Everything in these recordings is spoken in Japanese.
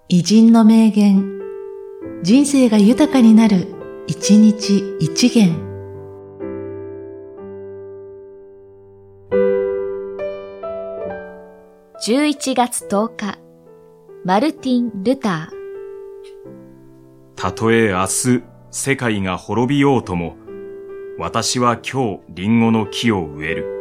偉人の名言、人生が豊かになる、一日一元。 11月10日、マルティン・ルター。 たとえ明日世界が滅びようとも、私は今日リンゴの木を植える。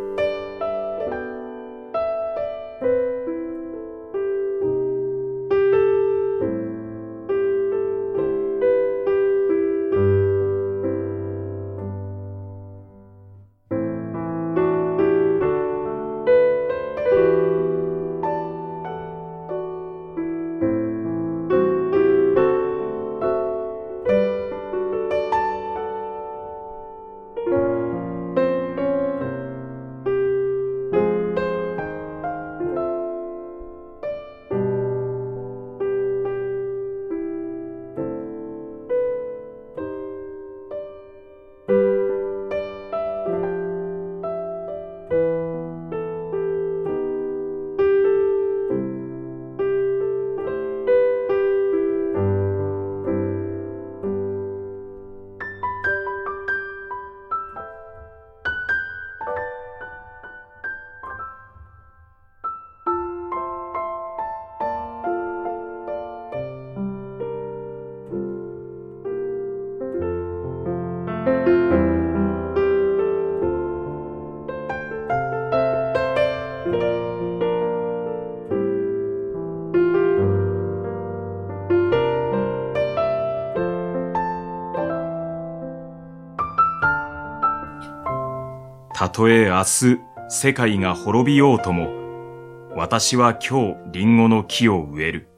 たとえ明日世界が滅びようとも、私は今日リンゴの木を植える。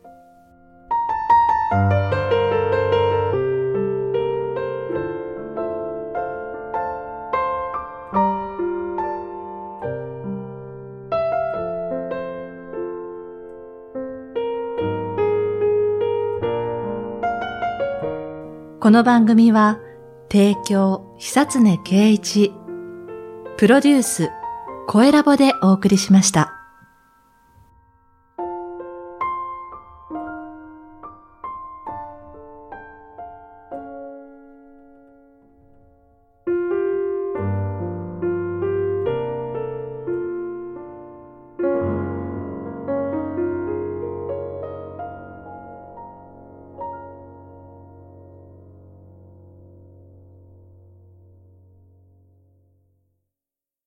この番組は提供久常圭一、プロデュース、声ラボでお送りしました。